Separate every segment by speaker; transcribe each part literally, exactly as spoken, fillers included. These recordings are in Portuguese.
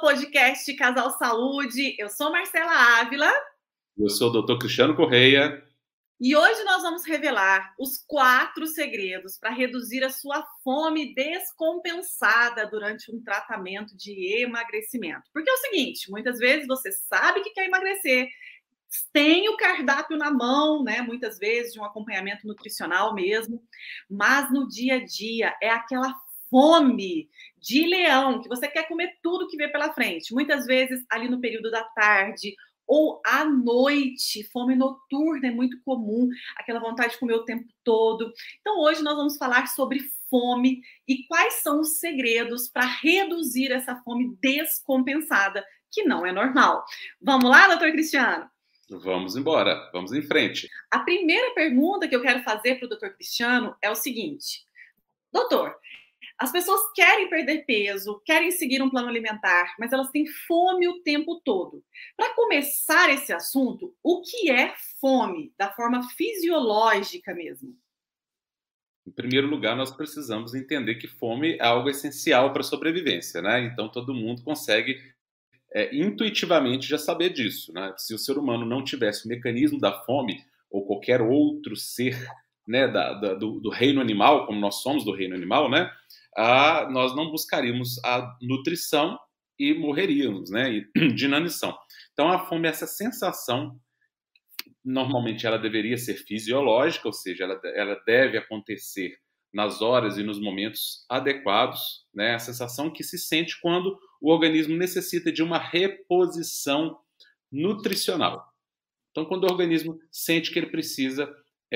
Speaker 1: podcast Casal Saúde. Eu sou Marcela Ávila.
Speaker 2: Eu sou o doutor Cristiano Correia.
Speaker 1: E hoje nós vamos revelar os quatro segredos para reduzir a sua fome descompensada durante um tratamento de emagrecimento. Porque é o seguinte, muitas vezes você sabe que quer emagrecer, tem o cardápio na mão, né? Muitas vezes de um acompanhamento nutricional mesmo, mas no dia a dia é aquela fome de leão, que você quer comer tudo que vê pela frente. Muitas vezes ali no período da tarde ou à noite, fome noturna é muito comum, aquela vontade de comer o tempo todo. Então hoje nós vamos falar sobre fome e quais são os segredos para reduzir essa fome descompensada, que não é normal. Vamos lá, doutor Cristiano?
Speaker 2: Vamos embora, vamos em frente.
Speaker 1: A primeira pergunta que eu quero fazer para o doutor Cristiano é o seguinte: doutor, as pessoas querem perder peso, querem seguir um plano alimentar, mas elas têm fome o tempo todo. Para começar esse assunto, o que é fome, da forma fisiológica mesmo?
Speaker 2: Em primeiro lugar, nós precisamos entender que fome é algo essencial para a sobrevivência, né? Então todo mundo consegue é, intuitivamente já saber disso, né? Se o ser humano não tivesse o mecanismo da fome, ou qualquer outro ser, né, da, da, do, do reino animal, como nós somos do reino animal, né? Ah, nós não buscaríamos a nutrição e morreríamos, né, de inanição. Então a fome é essa sensação, normalmente ela deveria ser fisiológica, ou seja, ela, ela deve acontecer nas horas e nos momentos adequados, né, a sensação que se sente quando o organismo necessita de uma reposição nutricional. Então quando o organismo sente que ele precisa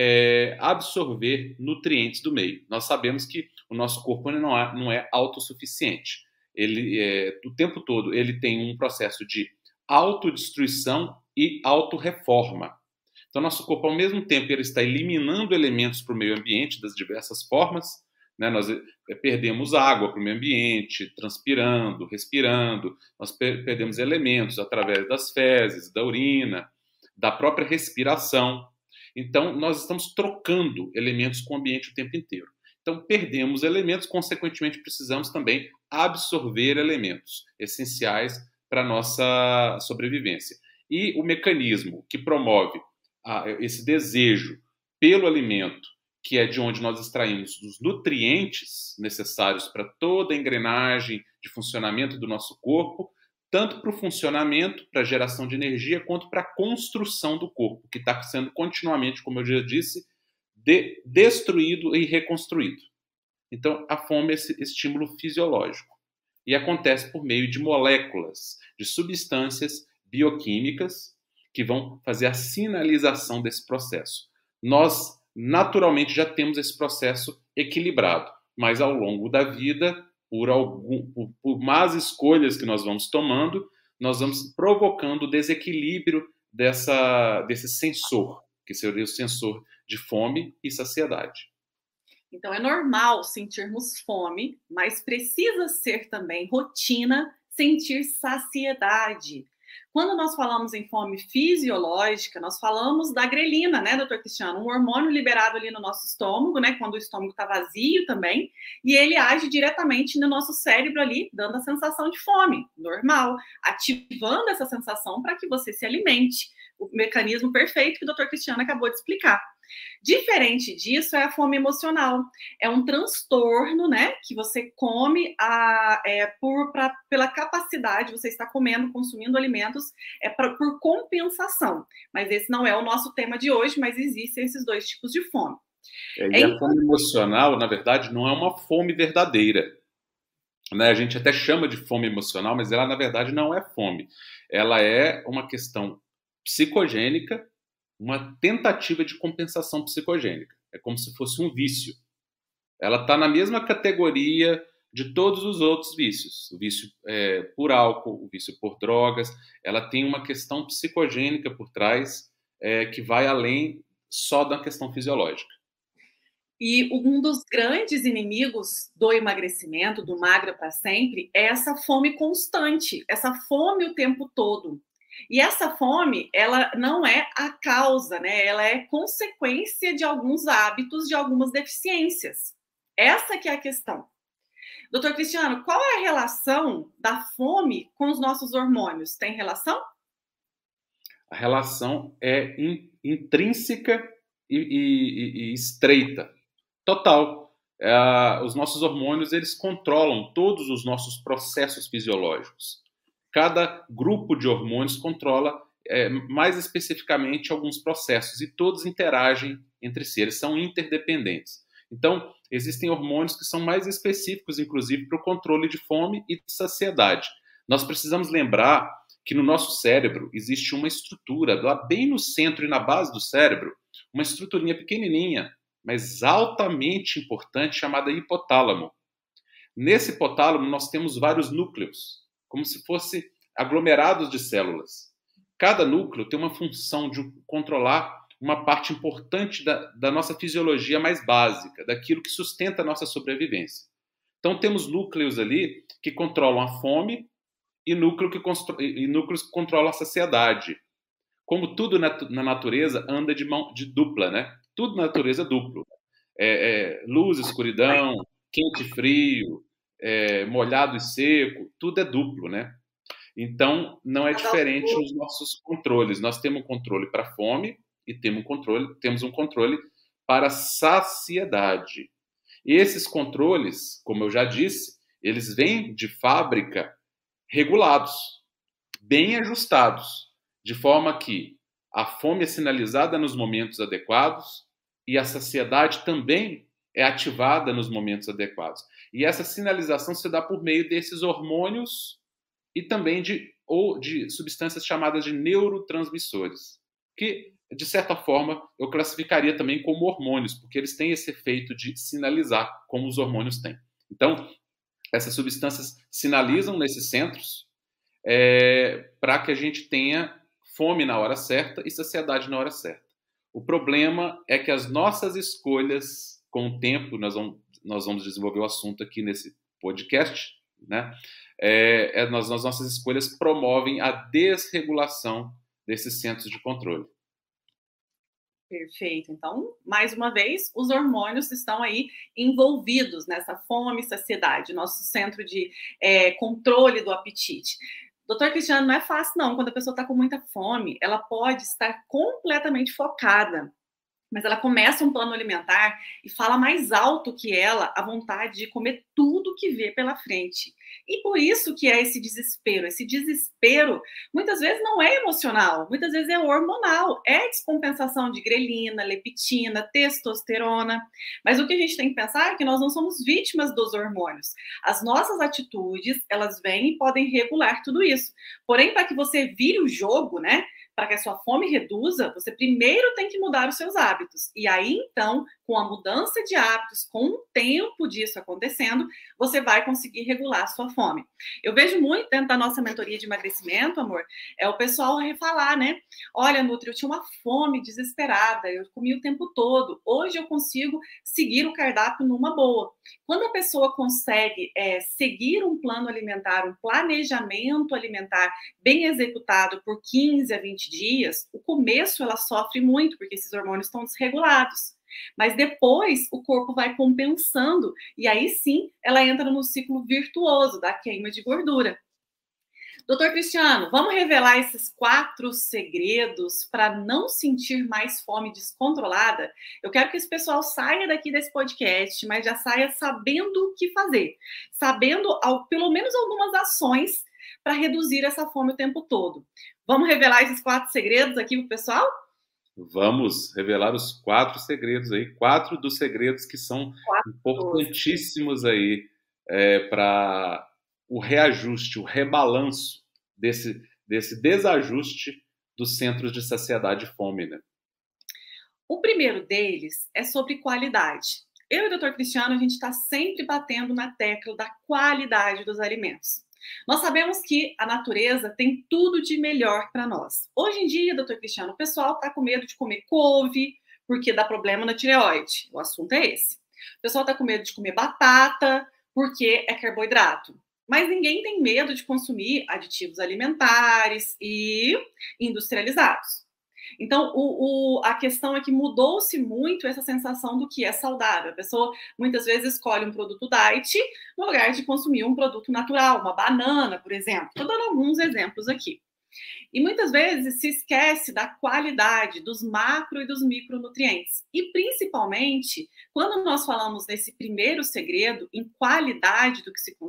Speaker 2: É, absorver nutrientes do meio. Nós sabemos que o nosso corpo não é, não é autossuficiente. Ele, é, o tempo todo, ele tem um processo de autodestruição e autorreforma. Então, nosso corpo, ao mesmo tempo, ele está eliminando elementos para o meio ambiente das diversas formas, né? Nós é, perdemos água para o meio ambiente, transpirando, respirando, nós per perdemos elementos através das fezes, da urina, da própria respiração. Então, nós estamos trocando elementos com o ambiente o tempo inteiro. Então, perdemos elementos, consequentemente, precisamos também absorver elementos essenciais para a nossa sobrevivência. E o mecanismo que promove ah, esse desejo pelo alimento, que é de onde nós extraímos os nutrientes necessários para toda a engrenagem de funcionamento do nosso corpo, tanto para o funcionamento, para a geração de energia, quanto para a construção do corpo, que está sendo continuamente, como eu já disse, de, destruído e reconstruído. Então, a fome é esse estímulo fisiológico. E acontece por meio de moléculas, de substâncias bioquímicas que vão fazer a sinalização desse processo. Nós, naturalmente, já temos esse processo equilibrado, mas ao longo da vida, Por, algum, por, por más escolhas que nós vamos tomando, nós vamos provocando o desequilíbrio dessa, desse sensor, que seria o sensor de fome e saciedade.
Speaker 1: Então é normal sentirmos fome, mas precisa ser também rotina sentir saciedade. Quando nós falamos em fome fisiológica, nós falamos da grelina, né, doutor Cristiano? Um hormônio liberado ali no nosso estômago, né, quando o estômago está vazio também, e ele age diretamente no nosso cérebro ali, dando a sensação de fome, normal, ativando essa sensação para que você se alimente. O mecanismo perfeito que o doutor Cristiano acabou de explicar. Diferente disso é a fome emocional. É um transtorno, né, que você come a, é, por, pra, pela capacidade, você está comendo, consumindo alimentos é pra, por compensação. Mas esse não é o nosso tema de hoje, mas existem esses dois tipos de fome.
Speaker 2: É, e é, a fome emocional, na verdade, não é uma fome verdadeira. Né? A gente até chama de fome emocional, mas ela, na verdade, não é fome. Ela é uma questão psicogênica, uma tentativa de compensação psicogênica. É como se fosse um vício. Ela está na mesma categoria de todos os outros vícios. O vício é, por álcool, o vício por drogas. Ela tem uma questão psicogênica por trás é, que vai além só da questão fisiológica.
Speaker 1: E um dos grandes inimigos do emagrecimento, do magra para sempre, é essa fome constante, essa fome o tempo todo. E essa fome, ela não é a causa, né? Ela é consequência de alguns hábitos, de algumas deficiências. Essa que é a questão. Doutor Cristiano, qual é a relação da fome com os nossos hormônios? Tem relação?
Speaker 2: A relação é in, intrínseca e, e, e estreita, total. É, os nossos hormônios, eles controlam todos os nossos processos fisiológicos. Cada grupo de hormônios controla é, mais especificamente alguns processos e todos interagem entre si, eles são interdependentes. Então, existem hormônios que são mais específicos, inclusive, para o controle de fome e de saciedade. Nós precisamos lembrar que no nosso cérebro existe uma estrutura, lá bem no centro e na base do cérebro, uma estruturinha pequenininha, mas altamente importante, chamada hipotálamo. Nesse hipotálamo nós temos vários núcleos, como se fossem aglomerados de células. Cada núcleo tem uma função de controlar uma parte importante da, da nossa fisiologia mais básica, daquilo que sustenta a nossa sobrevivência. Então temos núcleos ali que controlam a fome e, núcleo que e núcleos que controlam a saciedade. Como tudo na, na natureza anda de mão de dupla, né? Tudo na natureza é duplo. É, é, luz, escuridão, quente e frio, é, molhado e seco, tudo é duplo, né? Então, não é diferente nos nossos controles. Nós temos um controle para a fome e temos um controle, temos um controle para a saciedade. E esses controles, como eu já disse, eles vêm de fábrica regulados, bem ajustados, de forma que a fome é sinalizada nos momentos adequados e a saciedade também é ativada nos momentos adequados. E essa sinalização se dá por meio desses hormônios e também de, ou de substâncias chamadas de neurotransmissores, que, de certa forma, eu classificaria também como hormônios, porque eles têm esse efeito de sinalizar, como os hormônios têm. Então, essas substâncias sinalizam nesses centros é, para que a gente tenha fome na hora certa e saciedade na hora certa. O problema é que as nossas escolhas, com o tempo, nós vamos, nós vamos desenvolver o assunto aqui nesse podcast, né? É, é, nós, as nossas escolhas promovem a desregulação desses centros de controle.
Speaker 1: Perfeito. Então, mais uma vez, os hormônios estão aí envolvidos nessa fome e saciedade, nosso centro de é, controle do apetite. Doutor Cristiano, não é fácil não, quando a pessoa está com muita fome, ela pode estar completamente focada, mas ela começa um plano alimentar e fala mais alto que ela a vontade de comer tudo que vê pela frente. E por isso que é esse desespero. Esse desespero, muitas vezes, não é emocional, muitas vezes é hormonal. É descompensação de grelina, leptina, testosterona. Mas o que a gente tem que pensar é que nós não somos vítimas dos hormônios. As nossas atitudes, elas vêm e podem regular tudo isso. Porém, para que você vire o jogo, né? Para que a sua fome reduza, você primeiro tem que mudar os seus hábitos. E aí, então, com a mudança de hábitos, com o tempo disso acontecendo, você vai conseguir regular a sua fome. Eu vejo muito dentro da nossa mentoria de emagrecimento, amor, é o pessoal refalar, né? Olha, Nutri, eu tinha uma fome desesperada, eu comi o tempo todo. Hoje eu consigo seguir o cardápio numa boa. Quando a pessoa consegue é, seguir um plano alimentar, um planejamento alimentar bem executado por quinze a vinte dias, o começo ela sofre muito, porque esses hormônios estão desregulados. Mas depois o corpo vai compensando e aí sim ela entra no ciclo virtuoso da queima de gordura. Doutor Cristiano, vamos revelar esses quatro segredos para não sentir mais fome descontrolada? Eu quero que esse pessoal saia daqui desse podcast, mas já saia sabendo o que fazer, sabendo ao, pelo menos algumas ações para reduzir essa fome o tempo todo. Vamos revelar esses quatro segredos aqui para o pessoal?
Speaker 2: Vamos revelar os quatro segredos aí, quatro dos segredos que são quatro importantíssimos aí é, para o reajuste, o rebalanço desse, desse desajuste dos centros de saciedade e fome, né?
Speaker 1: O primeiro deles é sobre qualidade. Eu e o doutor Cristiano, a gente está sempre batendo na tecla da qualidade dos alimentos. Nós sabemos que a natureza tem tudo de melhor para nós. Hoje em dia, doutor Cristiano, o pessoal está com medo de comer couve, porque dá problema na tireoide. O assunto é esse. O pessoal está com medo de comer batata, porque é carboidrato. Mas ninguém tem medo de consumir aditivos alimentares e industrializados. Então, o, o, a questão é que mudou-se muito essa sensação do que é saudável. A pessoa, muitas vezes, escolhe um produto diet no lugar de consumir um produto natural, uma banana, por exemplo. Estou dando alguns exemplos aqui. E muitas vezes se esquece da qualidade dos macro e dos micronutrientes. E principalmente, quando nós falamos nesse primeiro segredo, em qualidade do que se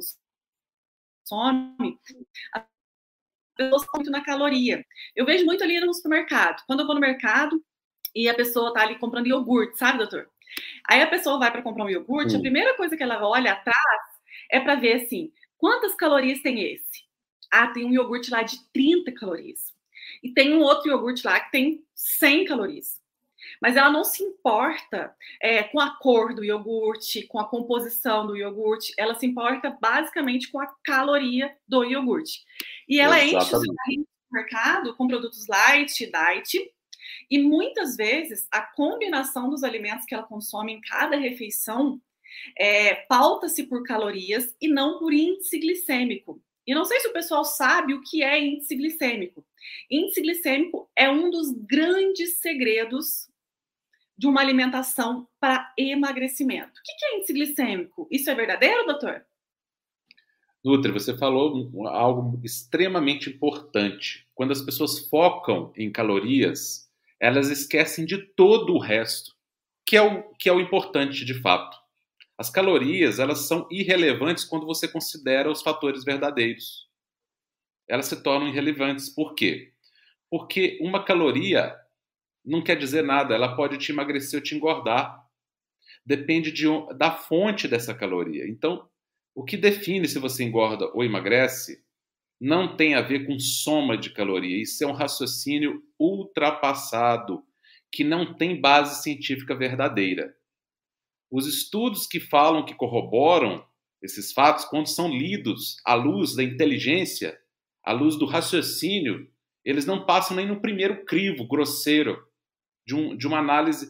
Speaker 1: consome, as pessoas muito na caloria. Eu vejo muito ali no supermercado. Quando eu vou no mercado e a pessoa está ali comprando iogurte, sabe, doutor? Aí a pessoa vai para comprar um iogurte, hum. a primeira coisa que ela olha atrás é para ver assim, quantas calorias tem esse? Ah, tem um iogurte lá de trinta calorias. E tem um outro iogurte lá que tem cem calorias. Mas ela não se importa é, com a cor do iogurte, com a composição do iogurte. Ela se importa basicamente com a caloria do iogurte. E ela Exatamente. enche o seu carrinho no mercado com produtos light, diet. E muitas vezes a combinação dos alimentos que ela consome em cada refeição é, pauta-se por calorias e não por índice glicêmico. E não sei se o pessoal sabe o que é índice glicêmico. Índice glicêmico é um dos grandes segredos de uma alimentação para emagrecimento. O que é índice glicêmico? Isso é verdadeiro, doutor?
Speaker 2: Nutri, você falou algo extremamente importante. Quando as pessoas focam em calorias, elas esquecem de todo o resto, que é o, que é o importante de fato. As calorias, elas são irrelevantes quando você considera os fatores verdadeiros. Elas se tornam irrelevantes. Por quê? Porque uma caloria não quer dizer nada. Ela pode te emagrecer ou te engordar. Depende de, da fonte dessa caloria. Então, o que define se você engorda ou emagrece não tem a ver com soma de caloria. Isso é um raciocínio ultrapassado, que não tem base científica verdadeira. Os estudos que falam, que corroboram esses fatos, quando são lidos à luz da inteligência, à luz do raciocínio, eles não passam nem no primeiro crivo grosseiro de, um, de uma análise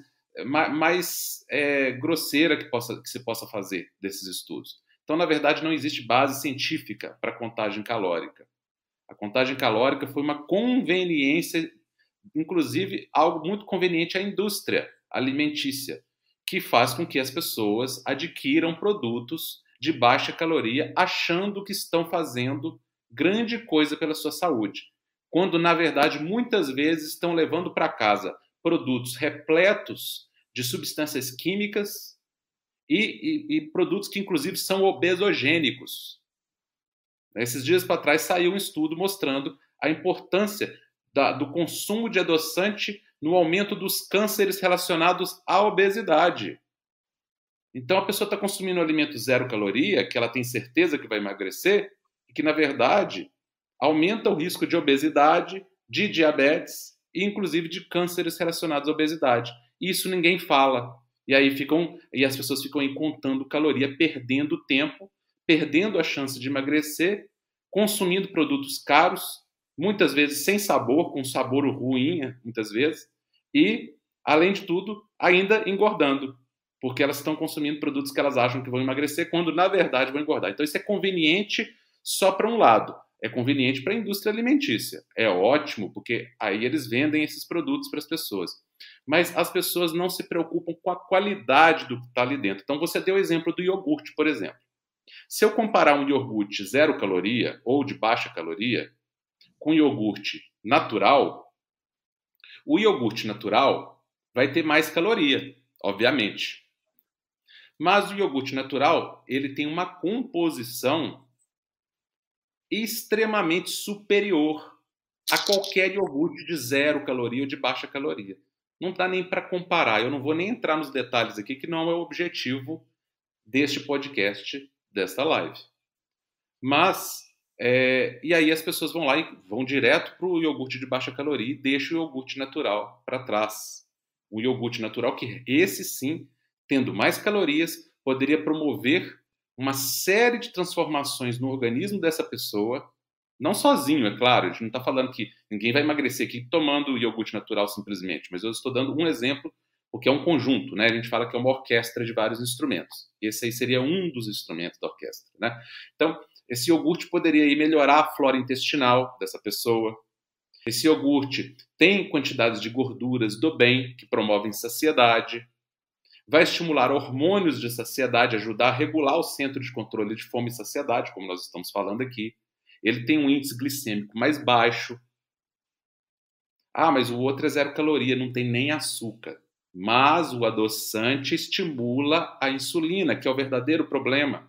Speaker 2: mais é, grosseira que, possa, que se possa fazer desses estudos. Então, na verdade, não existe base científica para a contagem calórica. A contagem calórica foi uma conveniência, inclusive algo muito conveniente à indústria alimentícia, que faz com que as pessoas adquiram produtos de baixa caloria, achando que estão fazendo grande coisa pela sua saúde, quando, na verdade, muitas vezes estão levando para casa produtos repletos de substâncias químicas e, e, e produtos que, inclusive, são obesogênicos. Esses dias para trás saiu um estudo mostrando a importância da, do consumo de adoçante no aumento dos cânceres relacionados à obesidade. Então, a pessoa está consumindo um alimento zero caloria, que ela tem certeza que vai emagrecer, e que, na verdade, aumenta o risco de obesidade, de diabetes e, inclusive, de cânceres relacionados à obesidade. Isso ninguém fala. E aí ficam, e as pessoas ficam aí contando caloria, perdendo tempo, perdendo a chance de emagrecer, consumindo produtos caros, muitas vezes sem sabor, com sabor ruim, muitas vezes, e, além de tudo, ainda engordando, porque elas estão consumindo produtos que elas acham que vão emagrecer, quando, na verdade, vão engordar. Então, isso é conveniente só para um lado. É conveniente para a indústria alimentícia. É ótimo, porque aí eles vendem esses produtos para as pessoas. Mas as pessoas não se preocupam com a qualidade do que está ali dentro. Então, você deu o exemplo do iogurte, por exemplo. Se eu comparar um iogurte zero caloria ou de baixa caloria com iogurte natural, o iogurte natural vai ter mais caloria, obviamente. Mas o iogurte natural, ele tem uma composição extremamente superior a qualquer iogurte de zero caloria ou de baixa caloria. Não dá nem para comparar. Eu não vou nem entrar nos detalhes aqui, que não é o objetivo deste podcast, desta live. Mas, é, e aí as pessoas vão lá e vão direto para o iogurte de baixa caloria e deixam o iogurte natural para trás. O iogurte natural, que esse sim, tendo mais calorias, poderia promover uma série de transformações no organismo dessa pessoa, não sozinho, é claro, a gente não está falando que ninguém vai emagrecer aqui tomando iogurte natural simplesmente, mas eu estou dando um exemplo, porque é um conjunto, né? A gente fala que é uma orquestra de vários instrumentos. Esse aí seria um dos instrumentos da orquestra, né? Então, esse iogurte poderia aí melhorar a flora intestinal dessa pessoa, Esse iogurte tem quantidades de gorduras do bem que promovem saciedade, vai estimular hormônios de saciedade, ajudar a regular o centro de controle de fome e saciedade, como nós estamos falando aqui. Ele tem um índice glicêmico mais baixo. Ah, mas o outro é zero caloria, não tem nem açúcar. Mas o adoçante estimula a insulina, que é o verdadeiro problema.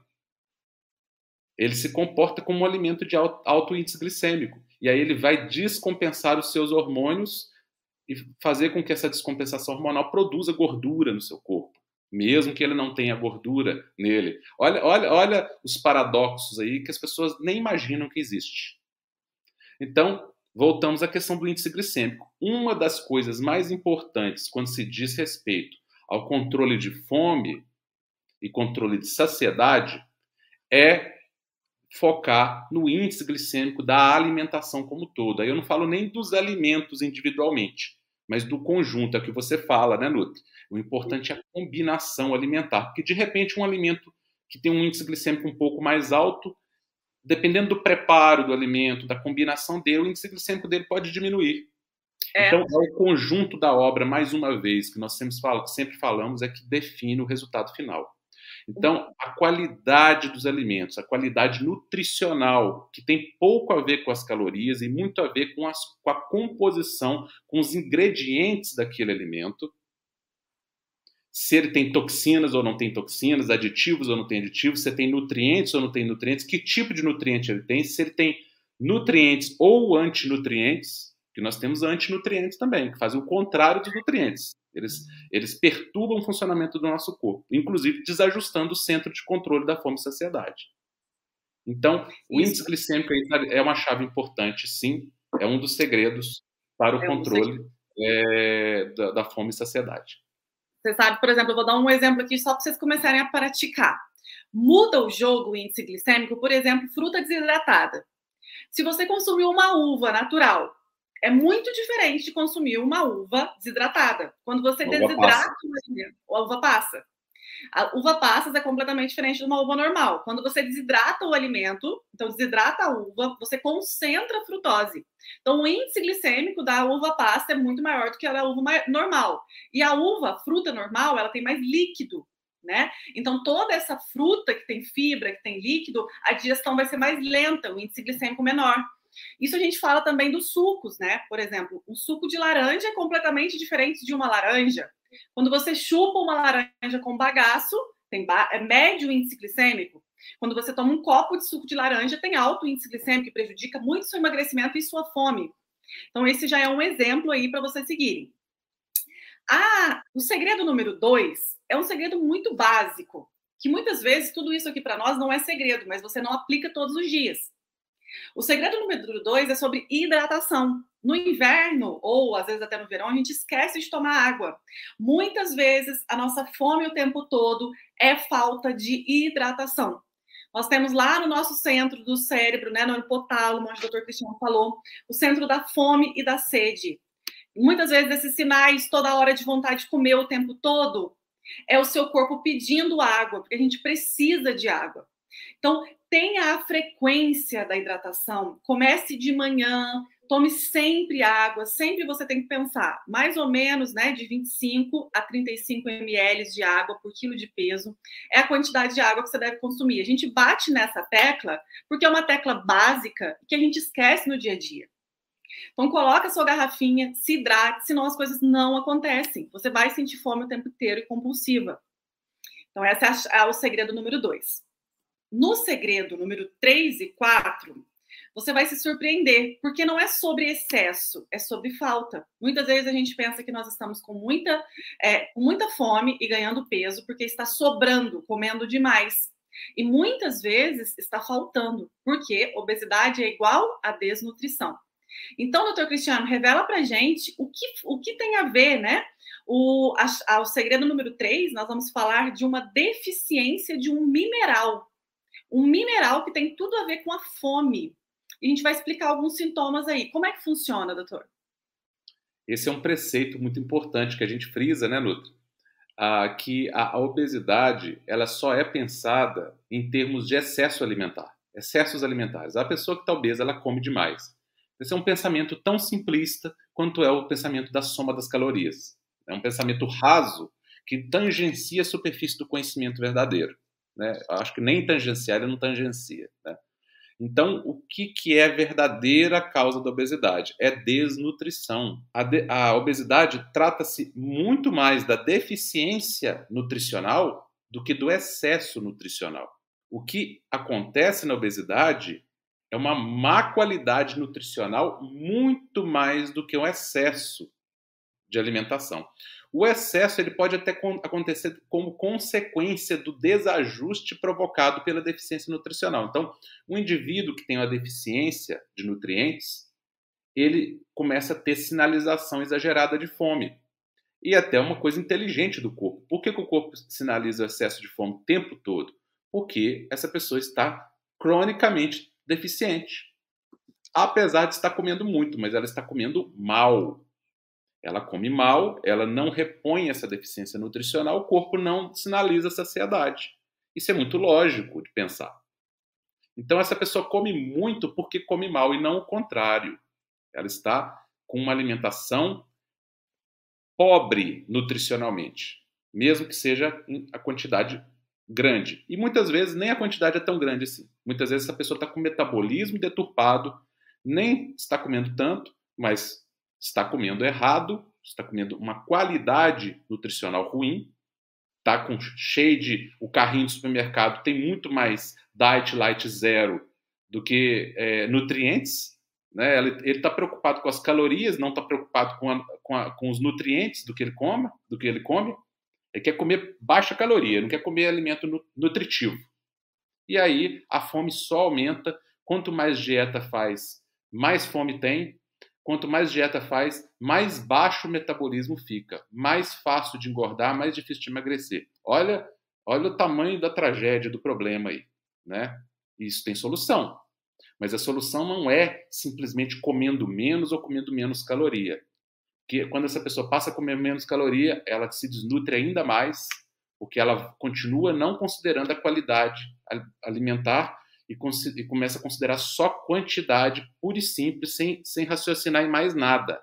Speaker 2: Ele se comporta como um alimento de alto índice glicêmico. E aí ele vai descompensar os seus hormônios e fazer com que essa descompensação hormonal produza gordura no seu corpo, mesmo que ele não tenha gordura nele. Olha, olha, olha os paradoxos aí que as pessoas nem imaginam que existe. Então, voltamos à questão do índice glicêmico. Uma das coisas mais importantes quando se diz respeito ao controle de fome e controle de saciedade é focar no índice glicêmico da alimentação como todo. Aí eu não falo nem dos alimentos individualmente, mas do conjunto, é o que você fala, né, Nutri? O importante é a combinação alimentar, porque de repente um alimento que tem um índice glicêmico um pouco mais alto, dependendo do preparo do alimento, da combinação dele, o índice glicêmico dele pode diminuir. É. Então, é o conjunto da obra, mais uma vez, que nós sempre falamos, sempre falamos, é que define o resultado final. Então, a qualidade dos alimentos, a qualidade nutricional, que tem pouco a ver com as calorias e muito a ver com, as, com a composição, com os ingredientes daquele alimento, se ele tem toxinas ou não tem toxinas, aditivos ou não tem aditivos, se tem nutrientes ou não tem nutrientes, que tipo de nutriente ele tem, se ele tem nutrientes ou antinutrientes, que nós temos antinutrientes também, que fazem o contrário dos nutrientes. Eles, eles perturbam o funcionamento do nosso corpo, inclusive desajustando o centro de controle da fome e saciedade. Então, o Isso. índice glicêmico é uma chave importante, sim, é um dos segredos para o é controle um é, da, da fome e saciedade.
Speaker 1: Você sabe, por exemplo, eu vou dar um exemplo aqui só para vocês começarem a praticar. Muda o jogo o índice glicêmico, por exemplo, fruta desidratada. Se você consumiu uma uva natural, é muito diferente de consumir uma uva desidratada. Quando você uva desidrata o alimento, a uva passa. A uva passas é completamente diferente de uma uva normal. Quando você desidrata o alimento, então desidrata a uva, você concentra a frutose. Então o índice glicêmico da uva passa é muito maior do que a da uva normal. E a uva, a fruta normal, ela tem mais líquido, né? Então toda essa fruta que tem fibra, que tem líquido, a digestão vai ser mais lenta, o índice glicêmico menor. Isso a gente fala também dos sucos, né? Por exemplo, um suco de laranja é completamente diferente de uma laranja. Quando você chupa uma laranja com bagaço, tem ba é médio índice glicêmico. Quando você toma um copo de suco de laranja, tem alto índice glicêmico, que prejudica muito seu emagrecimento e sua fome. Então, esse já é um exemplo aí para vocês seguirem. Ah, o segredo número dois é um segredo muito básico, que muitas vezes tudo isso aqui para nós não é segredo, mas você não aplica todos os dias. O segredo número dois é sobre hidratação. No inverno, ou às vezes até no verão, a gente esquece de tomar água. Muitas vezes, a nossa fome o tempo todo é falta de hidratação. Nós temos lá no nosso centro do cérebro, né, no hipotálamo, onde o doutor Cristiano falou, o centro da fome e da sede. Muitas vezes, esses sinais, toda hora de vontade de comer o tempo todo, é o seu corpo pedindo água, porque a gente precisa de água. Então, tenha a frequência da hidratação. Comece de manhã, tome sempre água. Sempre você tem que pensar, mais ou menos, né, de vinte e cinco a trinta e cinco mililitros de água por quilo de peso. É a quantidade de água que você deve consumir. A gente bate nessa tecla porque é uma tecla básica que a gente esquece no dia a dia. Então, coloca a sua garrafinha, se hidrate, senão as coisas não acontecem. Você vai sentir fome o tempo inteiro e compulsiva. Então, esse é o segredo número dois. No segredo número três e quatro, você vai se surpreender, porque não é sobre excesso, é sobre falta. Muitas vezes a gente pensa que nós estamos com muita, é, com muita fome e ganhando peso porque está sobrando, comendo demais. E muitas vezes está faltando, porque obesidade é igual a desnutrição. Então, doutor Cristiano, revela pra gente o que, o que tem a ver, né? O, a, o segredo número três, nós vamos falar de uma deficiência de um mineral. Um mineral que tem tudo a ver com a fome. E a gente vai explicar alguns sintomas aí. Como é que funciona, doutor?
Speaker 2: Esse é um preceito muito importante que a gente frisa, né, Nutri? Ah, que a, a obesidade, ela só é pensada em termos de excesso alimentar. Excessos alimentares. A pessoa que está obesa, ela come demais. Esse é um pensamento tão simplista quanto é o pensamento da soma das calorias. É um pensamento raso que tangencia a superfície do conhecimento verdadeiro. Né? Eu acho que nem tangenciar ele não tangencia. Né? Então, o que, que é a verdadeira causa da obesidade? É desnutrição. A, de, a obesidade trata-se muito mais da deficiência nutricional do que do excesso nutricional. O que acontece na obesidade é uma má qualidade nutricional muito mais do que um excesso de alimentação. O excesso ele pode até acontecer como consequência do desajuste provocado pela deficiência nutricional. Então, um indivíduo que tem uma deficiência de nutrientes, ele começa a ter sinalização exagerada de fome. E até uma coisa inteligente do corpo. Por que, que o corpo sinaliza o excesso de fome o tempo todo? Porque essa pessoa está cronicamente deficiente. Apesar de estar comendo muito, mas ela está comendo mal. Ela come mal, ela não repõe essa deficiência nutricional, o corpo não sinaliza saciedade. Isso é muito lógico de pensar. Então, essa pessoa come muito porque come mal e não o contrário. Ela está com uma alimentação pobre nutricionalmente, mesmo que seja a quantidade grande. E muitas vezes nem a quantidade é tão grande assim. Muitas vezes essa pessoa está com metabolismo deturpado, nem está comendo tanto, mas está comendo errado, está comendo uma qualidade nutricional ruim, está com cheio de... O carrinho do supermercado tem muito mais Diet Light Zero do que é, nutrientes. Né? Ele está preocupado com as calorias, não está preocupado com, a, com, a, com os nutrientes do que ele come, do que ele come. Ele quer comer baixa caloria, não quer comer alimento nutritivo. E aí a fome só aumenta. Quanto mais dieta faz, mais fome tem. Quanto mais dieta faz, mais baixo o metabolismo fica. Mais fácil de engordar, mais difícil de emagrecer. Olha, olha o tamanho da tragédia, do problema aí. Né? Isso tem solução. Mas a solução não é simplesmente comendo menos ou comendo menos caloria. Porque quando essa pessoa passa a comer menos caloria, ela se desnutre ainda mais, porque ela continua não considerando a qualidade alimentar e, e começa a considerar só quantidade pura e simples, sem, sem raciocinar em mais nada.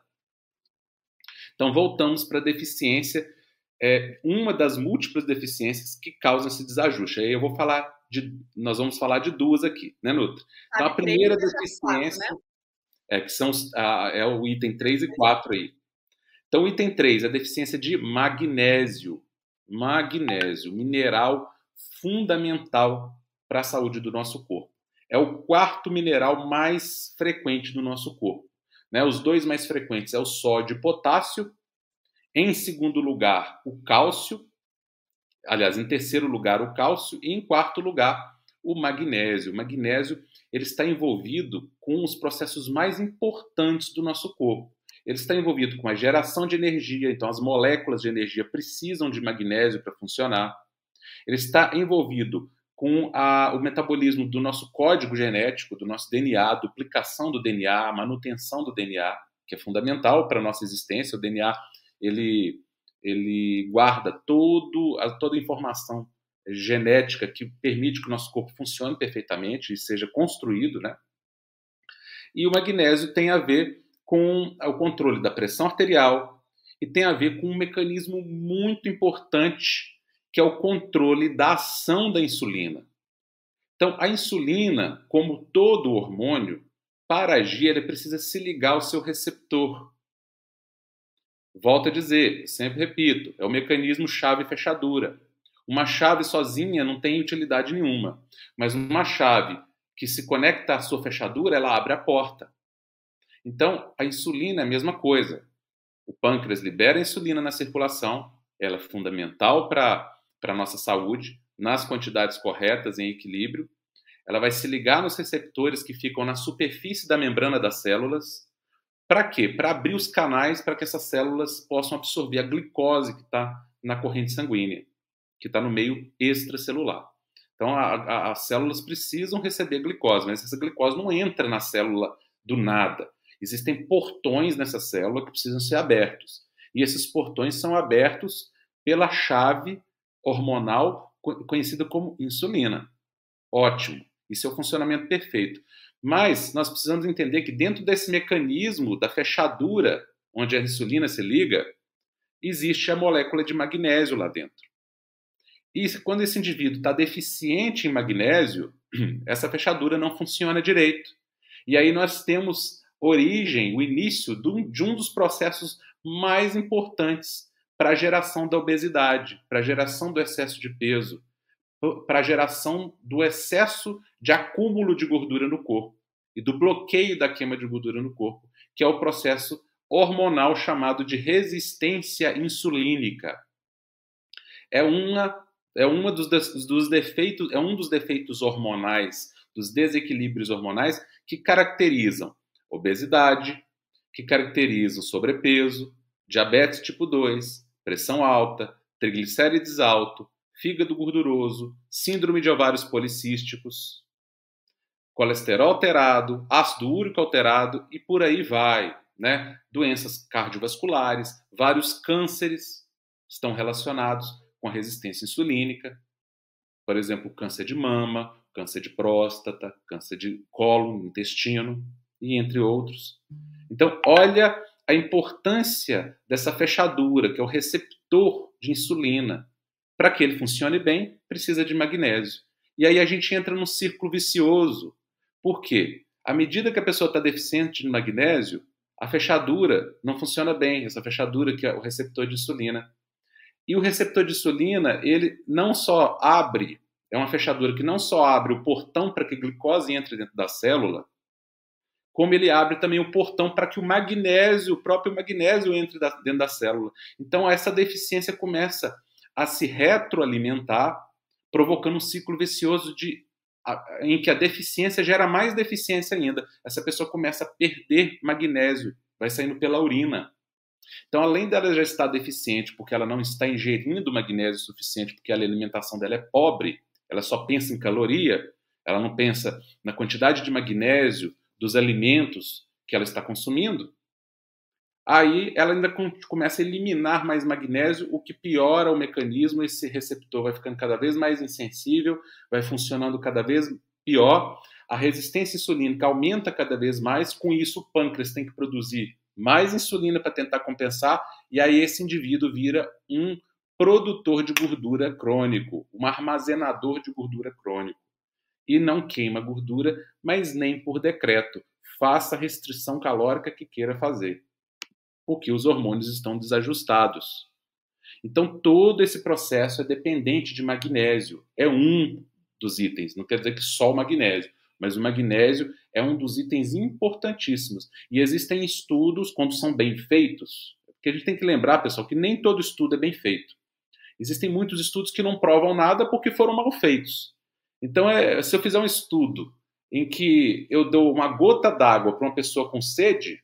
Speaker 2: Então, voltamos para a deficiência, é, uma das múltiplas deficiências que causam esse desajuste. Aí eu vou falar de, nós vamos falar de duas aqui, né, Nutra? Então, a primeira deficiência, quatro, né? é, que são, a, é o item três e quatro aí. Então, item três, a deficiência de magnésio. Magnésio, mineral fundamental para a saúde do nosso corpo. É o quarto mineral mais frequente do nosso corpo. Né? Os dois mais frequentes é o sódio e potássio. Em segundo lugar, o cálcio. Aliás, em terceiro lugar, o cálcio. E em quarto lugar, o magnésio. O magnésio ele está envolvido com os processos mais importantes do nosso corpo. Ele está envolvido com a geração de energia, então as moléculas de energia precisam de magnésio para funcionar. Ele está envolvido com a, o metabolismo do nosso código genético, do nosso D N A, a duplicação do D N A, a manutenção do D N A, que é fundamental para a nossa existência. O D N A ele, ele guarda todo, a, toda a informação genética que permite que o nosso corpo funcione perfeitamente e seja construído. Né? E o magnésio tem a ver com o controle da pressão arterial e tem a ver com um mecanismo muito importante, que é o controle da ação da insulina. Então, a insulina, como todo hormônio, para agir, ela precisa se ligar ao seu receptor. Volto a dizer, sempre repito, é o mecanismo chave-fechadura. Uma chave sozinha não tem utilidade nenhuma, mas uma chave que se conecta à sua fechadura, ela abre a porta. Então, a insulina é a mesma coisa. O pâncreas libera a insulina na circulação, ela é fundamental para a nossa saúde, nas quantidades corretas, em equilíbrio. Ela vai se ligar nos receptores que ficam na superfície da membrana das células. Para quê? Para abrir os canais para que essas células possam absorver a glicose que está na corrente sanguínea, que está no meio extracelular. Então, a, a, as células precisam receber glicose, mas essa glicose não entra na célula do nada. Existem portões nessa célula que precisam ser abertos. E esses portões são abertos pela chave hormonal conhecida como insulina. Ótimo. Isso é o funcionamento perfeito. Mas nós precisamos entender que dentro desse mecanismo da fechadura, onde a insulina se liga, existe a molécula de magnésio lá dentro. E quando esse indivíduo está deficiente em magnésio, essa fechadura não funciona direito. E aí nós temos origem, o início de um dos processos mais importantes para a geração da obesidade, para a geração do excesso de peso, para a geração do excesso de acúmulo de gordura no corpo e do bloqueio da queima de gordura no corpo, que é o processo hormonal chamado de resistência insulínica. É uma é uma dos, dos defeitos, é um dos defeitos hormonais, dos desequilíbrios hormonais que caracterizam obesidade, que caracterizam sobrepeso, diabetes tipo dois, pressão alta, triglicérides alto, fígado gorduroso, síndrome de ovários policísticos, colesterol alterado, ácido úrico alterado e por aí vai, né? Doenças cardiovasculares, vários cânceres estão relacionados com a resistência insulínica, por exemplo, câncer de mama, câncer de próstata, câncer de cólon, intestino e entre outros. Então, olha a importância dessa fechadura, que é o receptor de insulina. Para que ele funcione bem, precisa de magnésio. E aí a gente entra num círculo vicioso. Por quê? À medida que a pessoa está deficiente de magnésio, a fechadura não funciona bem, essa fechadura que é o receptor de insulina. E o receptor de insulina, ele não só abre, é uma fechadura que não só abre o portão para que a glicose entre dentro da célula, como ele abre também o portão para que o magnésio, o próprio magnésio, entre dentro da célula. Então, essa deficiência começa a se retroalimentar, provocando um ciclo vicioso de, em que a deficiência gera mais deficiência ainda. Essa pessoa começa a perder magnésio, vai saindo pela urina. Então, além dela já estar deficiente, porque ela não está ingerindo magnésio suficiente, porque a alimentação dela é pobre, ela só pensa em caloria, ela não pensa na quantidade de magnésio dos alimentos que ela está consumindo, aí ela ainda começa a eliminar mais magnésio, o que piora o mecanismo, esse receptor vai ficando cada vez mais insensível, vai funcionando cada vez pior, a resistência insulínica aumenta cada vez mais, com isso o pâncreas tem que produzir mais insulina para tentar compensar, e aí esse indivíduo vira um produtor de gordura crônico, um armazenador de gordura crônico. E não queima gordura, mas nem por decreto. Faça a restrição calórica que queira fazer, porque os hormônios estão desajustados. Então, todo esse processo é dependente de magnésio. É um dos itens, não quer dizer que só o magnésio, mas o magnésio é um dos itens importantíssimos. E existem estudos, quando são bem feitos, porque a gente tem que lembrar, pessoal, que nem todo estudo é bem feito. Existem muitos estudos que não provam nada porque foram mal feitos. Então, é, se eu fizer um estudo em que eu dou uma gota d'água para uma pessoa com sede,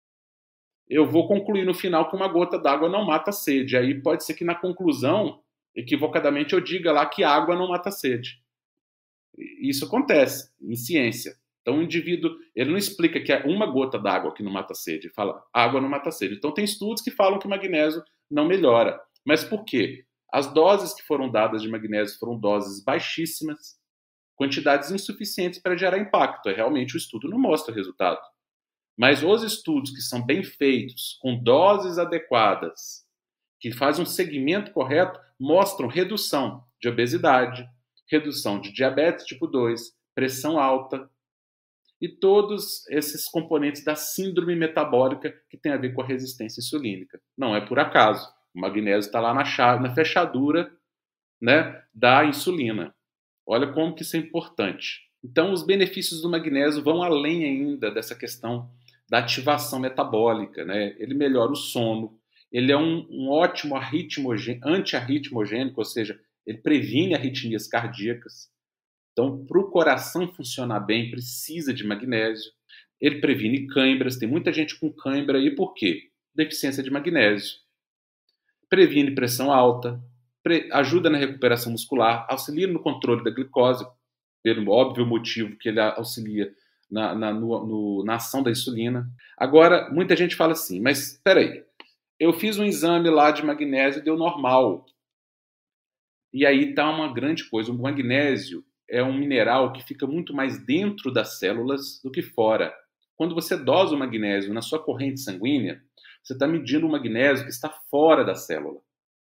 Speaker 2: eu vou concluir no final que uma gota d'água não mata a sede. Aí pode ser que na conclusão, equivocadamente, eu diga lá que água não mata a sede. Isso acontece em ciência. Então, o indivíduo, ele não explica que é uma gota d'água que não mata a sede, ele fala água não mata a sede. Então, tem estudos que falam que o magnésio não melhora. Mas por quê? As doses que foram dadas de magnésio foram doses baixíssimas, quantidades insuficientes para gerar impacto. Realmente o estudo não mostra resultado. Mas os estudos que são bem feitos, com doses adequadas, que fazem um segmento correto, mostram redução de obesidade, redução de diabetes tipo dois, pressão alta e todos esses componentes da síndrome metabólica que tem a ver com a resistência insulínica. Não é por acaso. O magnésio está lá na, chave, na fechadura, né, da insulina. Olha como que isso é importante. Então, os benefícios do magnésio vão além ainda dessa questão da ativação metabólica, né? Ele melhora o sono, ele é um, um ótimo anti-arritmogênico, ou seja, ele previne arritmias cardíacas. Então, para o coração funcionar bem, precisa de magnésio. Ele previne câimbras, tem muita gente com câimbra, e por quê? Deficiência de magnésio. Previne pressão alta, pre- ajuda na recuperação muscular, auxilia no controle da glicose, pelo óbvio motivo que ele auxilia na, na, no, no, na ação da insulina. Agora, muita gente fala assim, mas espera aí, eu fiz um exame lá de magnésio e deu normal. E aí está uma grande coisa, o magnésio, é um mineral que fica muito mais dentro das células do que fora. Quando você dosa o magnésio na sua corrente sanguínea, você está medindo o magnésio que está fora da célula.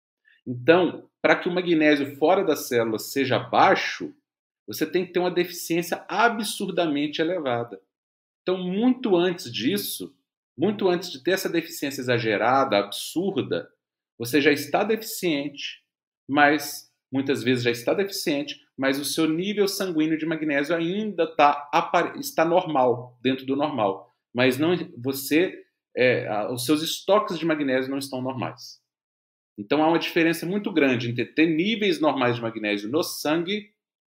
Speaker 2: Então, para que o magnésio fora da célula seja baixo, você tem que ter uma deficiência absurdamente elevada. Então, muito antes disso, muito antes de ter essa deficiência exagerada, absurda, você já está deficiente, mas muitas vezes já está deficiente, mas o seu nível sanguíneo de magnésio ainda tá, está normal, dentro do normal. Mas não, você, é, os seus estoques de magnésio não estão normais. Então há uma diferença muito grande entre ter níveis normais de magnésio no sangue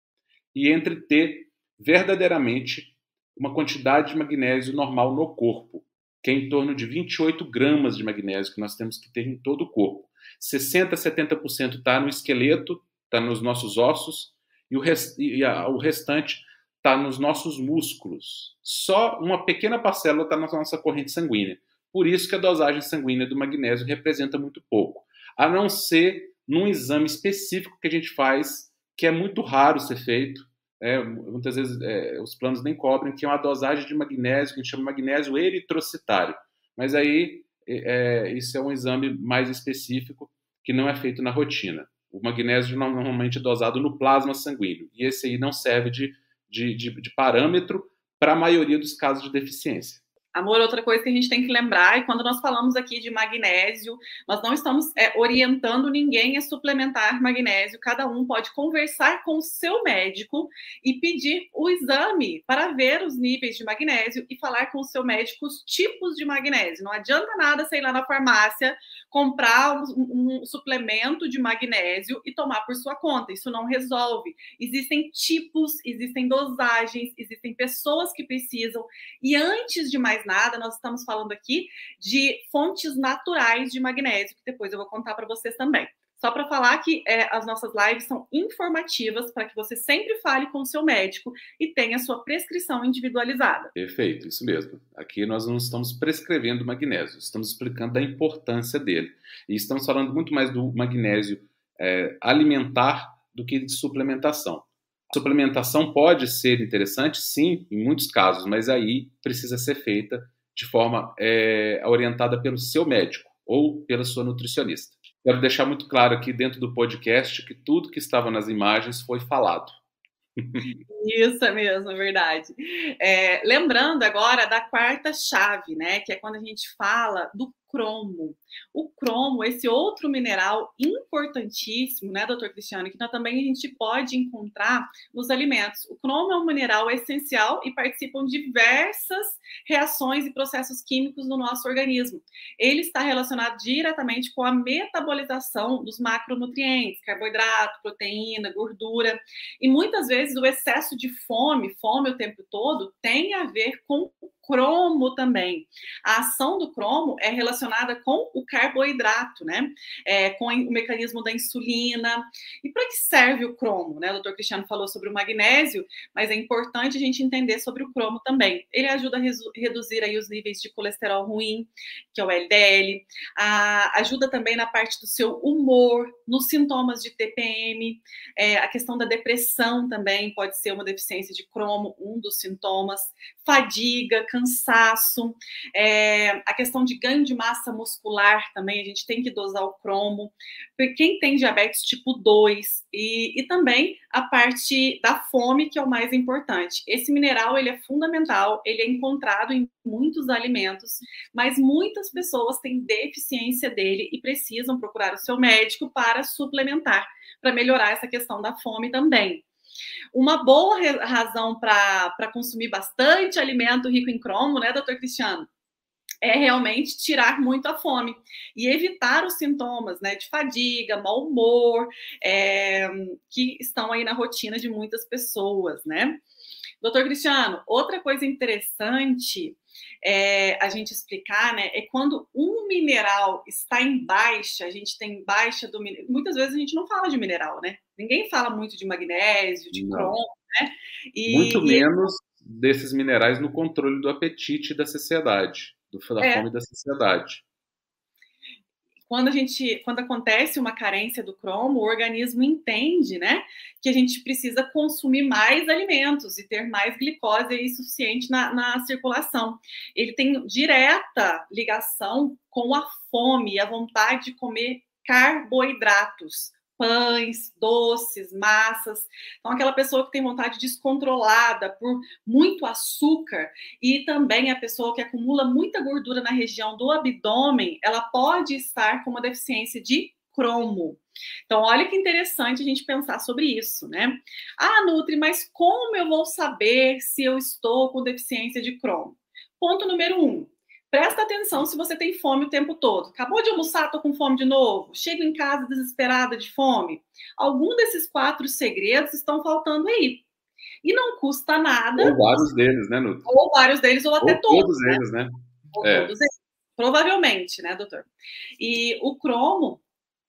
Speaker 2: e entre ter verdadeiramente uma quantidade de magnésio normal no corpo, que é em torno de vinte e oito gramas de magnésio que nós temos que ter em todo o corpo. sessenta, setenta por cento está no esqueleto, está nos nossos ossos, e o, rest, e a, o restante está nos nossos músculos. Só uma pequena parcela está na nossa corrente sanguínea. Por isso que a dosagem sanguínea do magnésio representa muito pouco. A não ser num exame específico que a gente faz, que é muito raro ser feito, é, muitas vezes é, os planos nem cobrem, que é uma dosagem de magnésio, que a gente chama de magnésio eritrocitário. Mas aí, é, isso é um exame mais específico, que não é feito na rotina. O magnésio normalmente é dosado no plasma sanguíneo, e esse aí não serve de, de, de, de parâmetro para a maioria dos casos de deficiência.
Speaker 1: Amor, outra coisa que a gente tem que lembrar, e quando nós falamos aqui de magnésio, nós não estamos é, orientando ninguém a suplementar magnésio. Cada um pode conversar com o seu médico e pedir o exame para ver os níveis de magnésio e falar com o seu médico os tipos de magnésio. Não adianta nada você ir lá na farmácia, comprar um, um suplemento de magnésio e tomar por sua conta. Isso não resolve. Existem tipos, existem dosagens, existem pessoas que precisam. E antes de mais nada, nós estamos falando aqui de fontes naturais de magnésio, que depois eu vou contar para vocês também. Só para falar que é, as nossas lives são informativas para que você sempre fale com o seu médico e tenha a sua prescrição individualizada.
Speaker 2: Perfeito, isso mesmo. Aqui nós não estamos prescrevendo magnésio, estamos explicando a importância dele. E estamos falando muito mais do magnésio é, alimentar do que de suplementação. A suplementação pode ser interessante, sim, em muitos casos, mas aí precisa ser feita de forma é, orientada pelo seu médico ou pela sua nutricionista. Quero deixar muito claro aqui dentro do podcast que tudo que estava nas imagens foi falado.
Speaker 1: Isso é mesmo, é verdade. É, lembrando agora da quarta chave, né? Que é quando a gente fala do cromo. O cromo, esse outro mineral importantíssimo, né, doutor Cristiano, que nós, também a gente pode encontrar nos alimentos. O cromo é um mineral essencial e participam diversas reações e processos químicos no nosso organismo. Ele está relacionado diretamente com a metabolização dos macronutrientes, carboidrato, proteína, gordura, e muitas vezes o excesso de fome, fome o tempo todo, tem a ver com o cromo também. A ação do cromo é relacionada com o carboidrato, né? É, com o mecanismo da insulina. E para que serve o cromo, né? O doutor Cristiano falou sobre o magnésio, mas é importante a gente entender sobre o cromo também. Ele ajuda a reduzir aí os níveis de colesterol ruim, que é o L D L, a, ajuda também na parte do seu humor, nos sintomas de T P M, é, a questão da depressão também pode ser uma deficiência de cromo, um dos sintomas, fadiga, cansaço, é, a questão de ganho de massa muscular também, a gente tem que dosar o cromo. Quem tem diabetes tipo dois e, e também a parte da fome, que é o mais importante. Esse mineral, ele é fundamental, ele é encontrado em muitos alimentos, mas muitas pessoas têm deficiência dele e precisam procurar o seu médico para suplementar, para melhorar essa questão da fome também. Uma boa razão para consumir bastante alimento rico em cromo, né, doutor Cristiano? É realmente tirar muito a fome e evitar os sintomas, né, de fadiga, mau humor, é, que estão aí na rotina de muitas pessoas, né? Doutor Cristiano, outra coisa interessante é, a gente explicar, né, é quando um mineral está em baixa, a gente tem baixa do mineral, muitas vezes a gente não fala de mineral, né? Ninguém fala muito de magnésio, de cromo, né?
Speaker 2: E, muito menos e... desses minerais no controle do apetite e da saciedade, do, da é. fome e da saciedade.
Speaker 1: quando a gente, quando acontece uma carência do cromo, o organismo entende, né, que a gente precisa consumir mais alimentos e ter mais glicose aí suficiente na, na circulação. Ele tem direta ligação com a fome e a vontade de comer carboidratos, pães, doces, massas. Então, aquela pessoa que tem vontade descontrolada por muito açúcar e também a pessoa que acumula muita gordura na região do abdômen, ela pode estar com uma deficiência de cromo. Então, olha que interessante a gente pensar sobre isso, né? Ah, Nutri, mas como eu vou saber se eu estou com deficiência de cromo? Ponto número um. Presta atenção se você tem fome o tempo todo. Acabou de almoçar, tô com fome de novo. Chego em casa desesperada de fome. Algum desses quatro segredos estão faltando aí. E não custa nada.
Speaker 2: Ou vários deles, né, Nutri?
Speaker 1: Ou vários deles, ou até
Speaker 2: ou
Speaker 1: todos.
Speaker 2: Todos
Speaker 1: né?
Speaker 2: eles, né?
Speaker 1: Ou
Speaker 2: é.
Speaker 1: todos eles. Provavelmente, né, doutor? E o cromo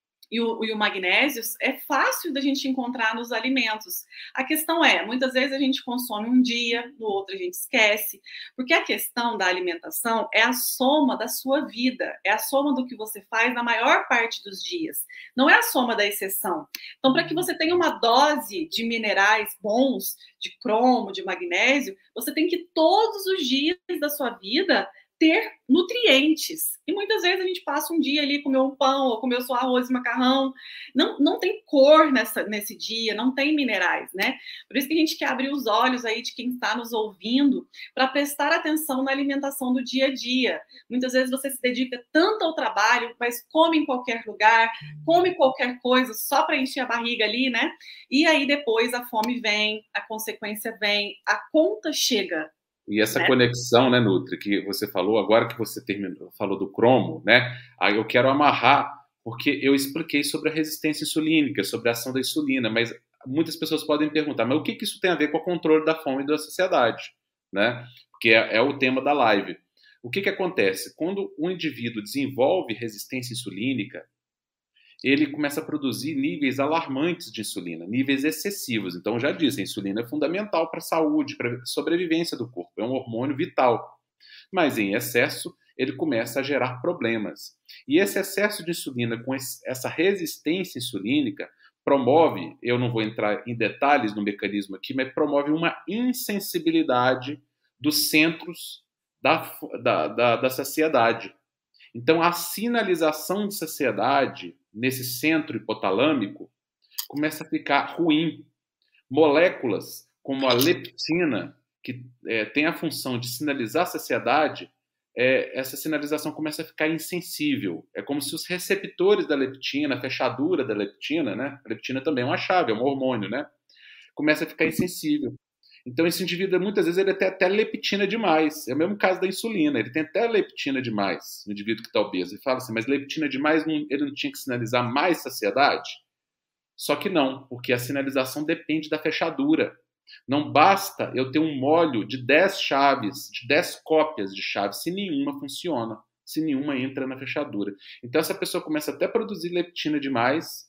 Speaker 1: e o, e o magnésio é fácil da gente encontrar nos alimentos. A questão é, muitas vezes a gente consome um dia, no outro a gente esquece, porque a questão da alimentação é a soma da sua vida, é a soma do que você faz na maior parte dos dias, não é a soma da exceção. Então, para que você tenha uma dose de minerais bons, de cromo, de magnésio, você tem que todos os dias da sua vida ter nutrientes. E muitas vezes a gente passa um dia ali, comeu um pão, ou comeu só arroz e macarrão. Não, não tem cor nessa, nesse dia, não tem minerais, né? Por isso que a gente quer abrir os olhos aí de quem está nos ouvindo para prestar atenção na alimentação do dia a dia. Muitas vezes você se dedica tanto ao trabalho, mas come em qualquer lugar, come qualquer coisa só para encher a barriga ali, né? E aí depois a fome vem, a consequência vem, a conta chega.
Speaker 2: E essa
Speaker 1: né?
Speaker 2: conexão, né, Nutri, que você falou, agora que você terminou, falou do cromo, né? Aí eu quero amarrar, porque eu expliquei sobre a resistência insulínica, sobre a ação da insulina, mas muitas pessoas podem perguntar, mas o que, que isso tem a ver com o controle da fome e da saciedade, né? Porque é, é o tema da live. O que, que acontece? Quando um indivíduo desenvolve resistência insulínica, ele começa a produzir níveis alarmantes de insulina, níveis excessivos. Então, já disse, a insulina é fundamental para a saúde, para a sobrevivência do corpo, é um hormônio vital. Mas, em excesso, ele começa a gerar problemas. E esse excesso de insulina, com essa resistência insulínica, promove, eu não vou entrar em detalhes no mecanismo aqui, mas promove uma insensibilidade dos centros da, da, da, da saciedade. Então, a sinalização de saciedade nesse centro hipotalâmico começa a ficar ruim. Moléculas como a leptina, que é, tem a função de sinalizar a saciedade, é, essa sinalização começa a ficar insensível. É como se os receptores da leptina, a fechadura da leptina, né? A leptina também é uma chave, é um hormônio, né? Começa a ficar insensível. Então, esse indivíduo, muitas vezes, ele tem até leptina demais. É o mesmo caso da insulina. Ele tem até leptina demais, no indivíduo que está obeso. Ele fala assim, mas leptina demais, não, ele não tinha que sinalizar mais saciedade? Só que não, porque a sinalização depende da fechadura. Não basta eu ter um molho de dez chaves, de dez cópias de chaves, se nenhuma funciona, se nenhuma entra na fechadura. Então, essa pessoa começa até a produzir leptina demais,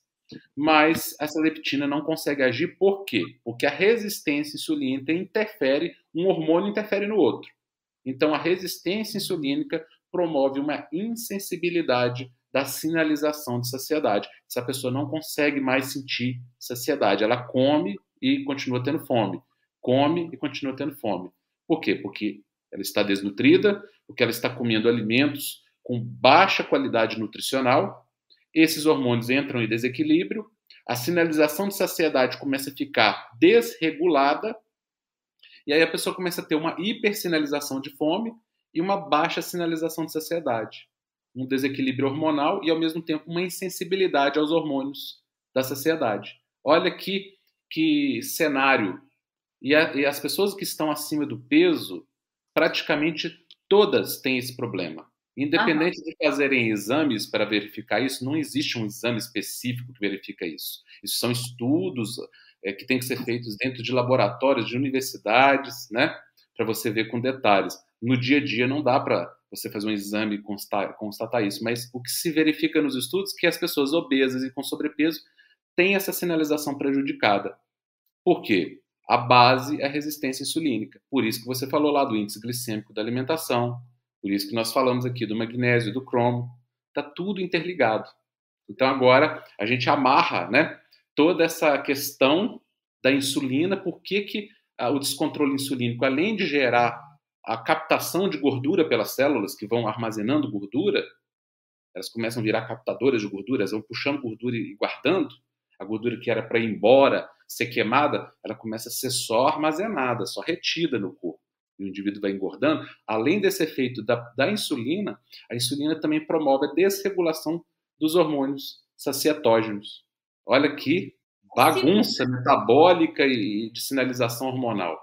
Speaker 2: mas essa leptina não consegue agir. Por quê? Porque a resistência insulínica interfere, um hormônio interfere no outro. Então, a resistência insulínica promove uma insensibilidade da sinalização de saciedade. Essa pessoa não consegue mais sentir saciedade. Ela come e continua tendo fome. Come e continua tendo fome. Por quê? Porque ela está desnutrida, porque ela está comendo alimentos com baixa qualidade nutricional. Esses hormônios entram em desequilíbrio, a sinalização de saciedade começa a ficar desregulada, e aí a pessoa começa a ter uma hipersinalização de fome e uma baixa sinalização de saciedade. Um desequilíbrio hormonal e, ao mesmo tempo, uma insensibilidade aos hormônios da saciedade. Olha que, que cenário. E, a, e as pessoas que estão acima do peso, praticamente todas têm esse problema. Independente uhum. de fazerem exames para verificar isso, não existe um exame específico que verifica isso. Isso são estudos é, que têm que ser feitos dentro de laboratórios, de universidades, né, para você ver com detalhes. No dia a dia não dá para você fazer um exame e constatar, constatar isso, mas o que se verifica nos estudos é que as pessoas obesas e com sobrepeso têm essa sinalização prejudicada. Por quê? A base é a resistência insulínica. Por isso que você falou lá do índice glicêmico da alimentação, por isso que nós falamos aqui do magnésio, do cromo, Está tudo interligado. Então agora a gente amarra, né, toda essa questão da insulina, por que que ah, o descontrole insulínico, além de gerar a captação de gordura pelas células que vão armazenando gordura, elas começam a virar captadoras de gordura, elas vão puxando gordura e guardando, a gordura que era para ir embora, ser queimada, ela começa a ser só armazenada, só retida no corpo. E o indivíduo vai engordando. Além desse efeito da, da insulina, a insulina também promove a desregulação dos hormônios sacietógenos. Olha que bagunça metabólica e de sinalização hormonal.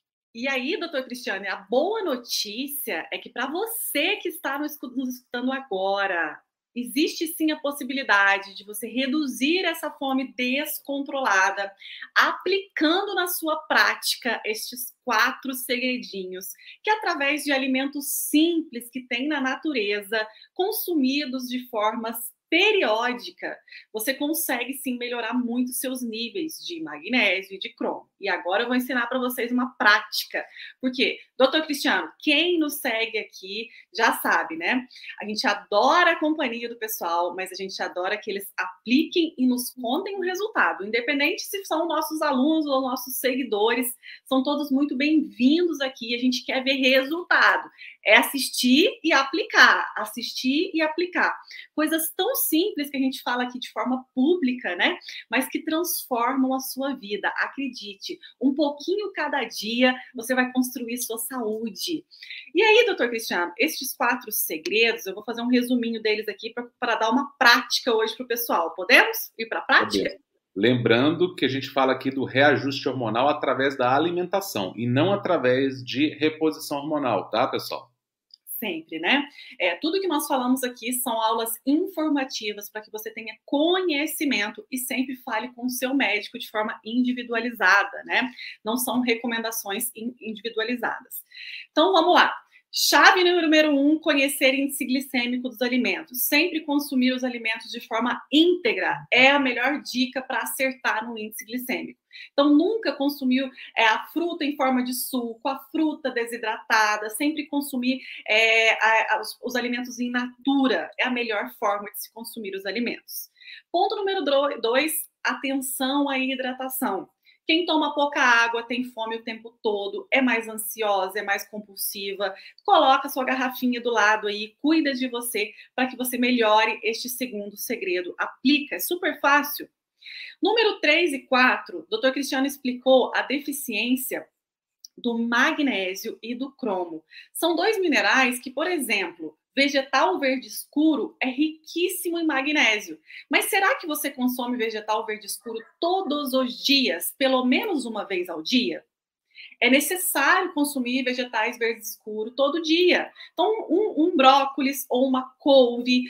Speaker 1: E aí, doutor Cristiane, a boa notícia é que para você que está nos escutando agora, existe sim a possibilidade de você reduzir essa fome descontrolada, aplicando na sua prática estes quatro segredinhos, que através de alimentos simples que tem na natureza, consumidos de formas periódica, você consegue sim melhorar muito seus níveis de magnésio e de cromo. E agora eu vou ensinar para vocês uma prática. Porque, doutor Cristiano, quem nos segue aqui já sabe, né? A gente adora a companhia do pessoal, mas a gente adora que eles apliquem e nos contem o resultado. Independente se são nossos alunos ou nossos seguidores, são todos muito bem-vindos aqui. A gente quer ver resultado. É assistir e aplicar, assistir e aplicar. Coisas tão simples que a gente fala aqui de forma pública, né? Mas que transformam a sua vida. Acredite, um pouquinho cada dia você vai construir sua saúde. E aí, doutor Cristiano, estes quatro segredos, eu vou fazer um resuminho deles aqui para dar uma prática hoje para o pessoal. Podemos ir para a prática?
Speaker 2: Podemos. Lembrando que a gente fala aqui do reajuste hormonal através da alimentação e não através de reposição hormonal, tá, pessoal?
Speaker 1: Sempre, né? É, tudo que nós falamos aqui são aulas informativas para que você tenha conhecimento e sempre fale com o seu médico de forma individualizada, né? Não são recomendações individualizadas. Então, vamos lá. Chave número um, conhecer índice glicêmico dos alimentos. Sempre consumir os alimentos de forma íntegra é a melhor dica para acertar no índice glicêmico. Então, nunca consumir é, a fruta em forma de suco, a fruta desidratada, sempre consumir é, a, a, os, os alimentos in natura. É a melhor forma de se consumir os alimentos. Ponto número dois, atenção à hidratação. Quem toma pouca água tem fome o tempo todo, é mais ansiosa, é mais compulsiva. Coloca sua garrafinha do lado aí, cuida de você para que você melhore este segundo segredo. Aplica, é super fácil. Número três e quatro, doutor Cristiano explicou a deficiência do magnésio e do cromo. São dois minerais que, por exemplo, vegetal verde escuro é riquíssimo em magnésio. Mas será que você consome vegetal verde escuro todos os dias, pelo menos uma vez ao dia? É necessário consumir vegetais verdes escuros todo dia. Então, um, um brócolis ou uma couve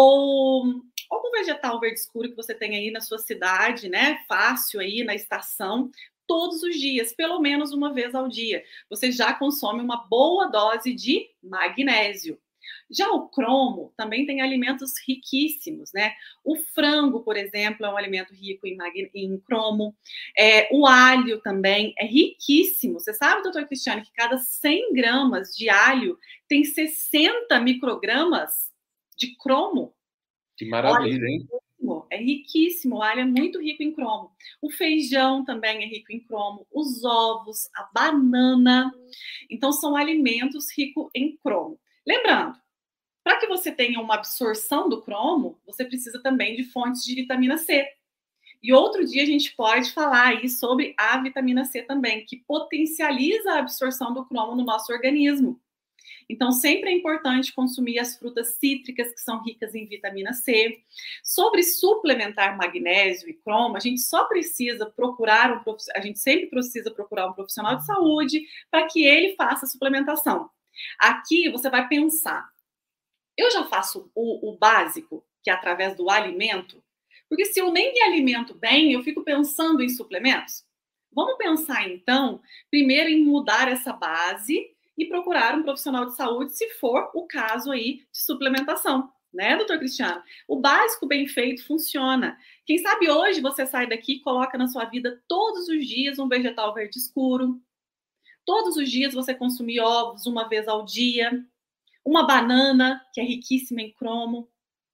Speaker 1: ou algum vegetal verde escuro que você tem aí na sua cidade, né? Fácil aí na estação, todos os dias, pelo menos uma vez ao dia. Você já consome uma boa dose de magnésio. Já o cromo também tem alimentos riquíssimos, né? O frango, por exemplo, é um alimento rico em, mag... em cromo. É, o alho também é riquíssimo. Você sabe, doutor Cristiano, que cada cem gramas de alho tem sessenta microgramas de cromo?
Speaker 2: Que maravilha, hein?
Speaker 1: É riquíssimo, o alho é muito rico em cromo. O feijão também é rico em cromo, os ovos, a banana. Então, são alimentos ricos em cromo. Lembrando, para que você tenha uma absorção do cromo, você precisa também de fontes de vitamina C. E outro dia a gente pode falar aí sobre a vitamina C também, que potencializa a absorção do cromo no nosso organismo. Então, sempre é importante consumir as frutas cítricas, que são ricas em vitamina C. Sobre suplementar magnésio e cromo, a gente só precisa procurar um a gente sempre precisa procurar um profissional de saúde para que ele faça a suplementação. Aqui você vai pensar, eu já faço o, o básico, que é através do alimento? Porque se eu nem me alimento bem, eu fico pensando em suplementos? Vamos pensar, então, primeiro em mudar essa base e procurar um profissional de saúde, se for o caso aí de suplementação, né, doutor Cristiano? O básico bem feito funciona. Quem sabe hoje você sai daqui e coloca na sua vida todos os dias um vegetal verde escuro, todos os dias você consumir ovos uma vez ao dia, uma banana, que é riquíssima em cromo.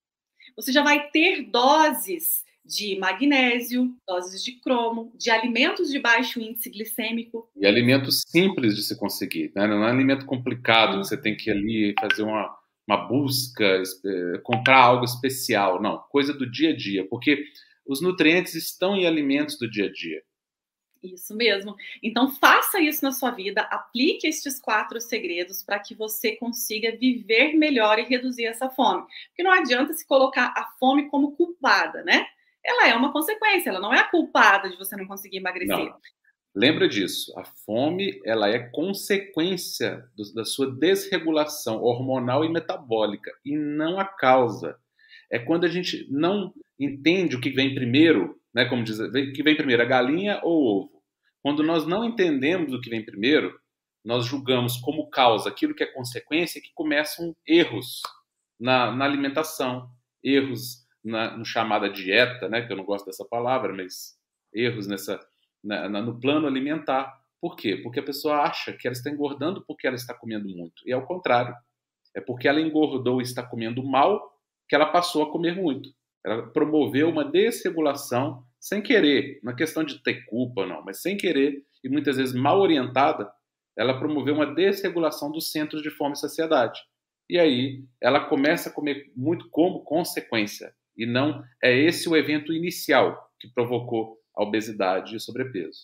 Speaker 1: você já vai ter doses de magnésio, doses de cromo, de alimentos de baixo índice glicêmico.
Speaker 2: E alimentos simples de se conseguir, né? Não é alimento complicado que você tem que ir ali fazer uma, uma busca, comprar algo especial. Não, coisa do dia a dia, porque os nutrientes estão em alimentos do dia a dia.
Speaker 1: Isso mesmo. Então, faça isso na sua vida, aplique estes quatro segredos para que você consiga viver melhor e reduzir essa fome. Porque não adianta se colocar a fome como culpada, né? Ela é uma consequência, ela não é a culpada de você não conseguir emagrecer.
Speaker 2: Não. Lembra disso, a fome ela é consequência do, da sua desregulação hormonal e metabólica, e não a causa. É quando a gente não entende o que vem primeiro, né, como diz, o que vem primeiro, a galinha ou o ovo. Quando nós não entendemos o que vem primeiro, nós julgamos como causa aquilo que é consequência, que começam erros na, na alimentação, erros na no chamada dieta, né, que eu não gosto dessa palavra, mas erros nessa, na, na, no plano alimentar. Por quê? Porque a pessoa acha que ela está engordando porque ela está comendo muito. E é o contrário. É porque ela engordou e está comendo mal que ela passou a comer muito. Ela promoveu uma desregulação sem querer, não é questão de ter culpa, não, mas sem querer, e muitas vezes mal orientada, ela promoveu uma desregulação dos centros de fome e saciedade. E aí ela começa a comer muito como consequência, e não é esse o evento inicial que provocou a obesidade e o sobrepeso.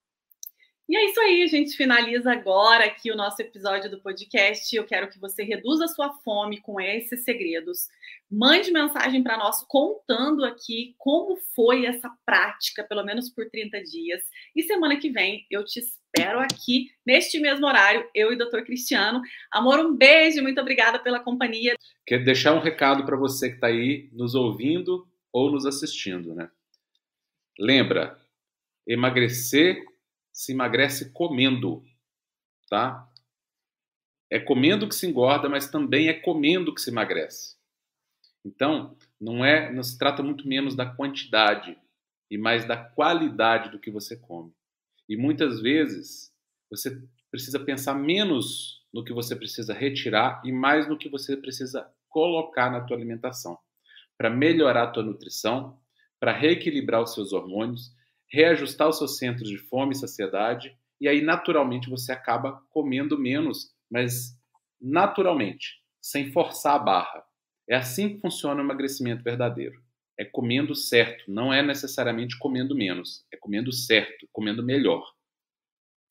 Speaker 1: E é isso aí, a gente finaliza agora aqui o nosso episódio do podcast. Eu quero que você reduza a sua fome com esses segredos. Mande mensagem para nós contando aqui como foi essa prática, pelo menos por trinta dias. E semana que vem eu te espero aqui, neste mesmo horário, eu e o doutor Cristiano. Amor, um beijo, muito obrigada pela companhia.
Speaker 2: Quero deixar um recado para você que está aí nos ouvindo ou nos assistindo, né? Lembra, emagrecer se emagrece comendo, tá? É comendo que se engorda, mas também é comendo que se emagrece. Então, não é, não se trata muito menos da quantidade e mais da qualidade do que você come. E muitas vezes você precisa pensar menos no que você precisa retirar e mais no que você precisa colocar na tua alimentação para melhorar a tua nutrição, para reequilibrar os seus hormônios, reajustar os seus centros de fome e saciedade, e aí naturalmente você acaba comendo menos, mas naturalmente, sem forçar a barra. É assim que funciona o emagrecimento verdadeiro. É comendo certo, não é necessariamente comendo menos, é comendo certo, comendo melhor.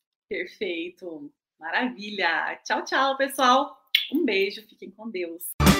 Speaker 1: Perfeito, maravilha. Tchau, tchau, pessoal. Um beijo, fiquem com Deus.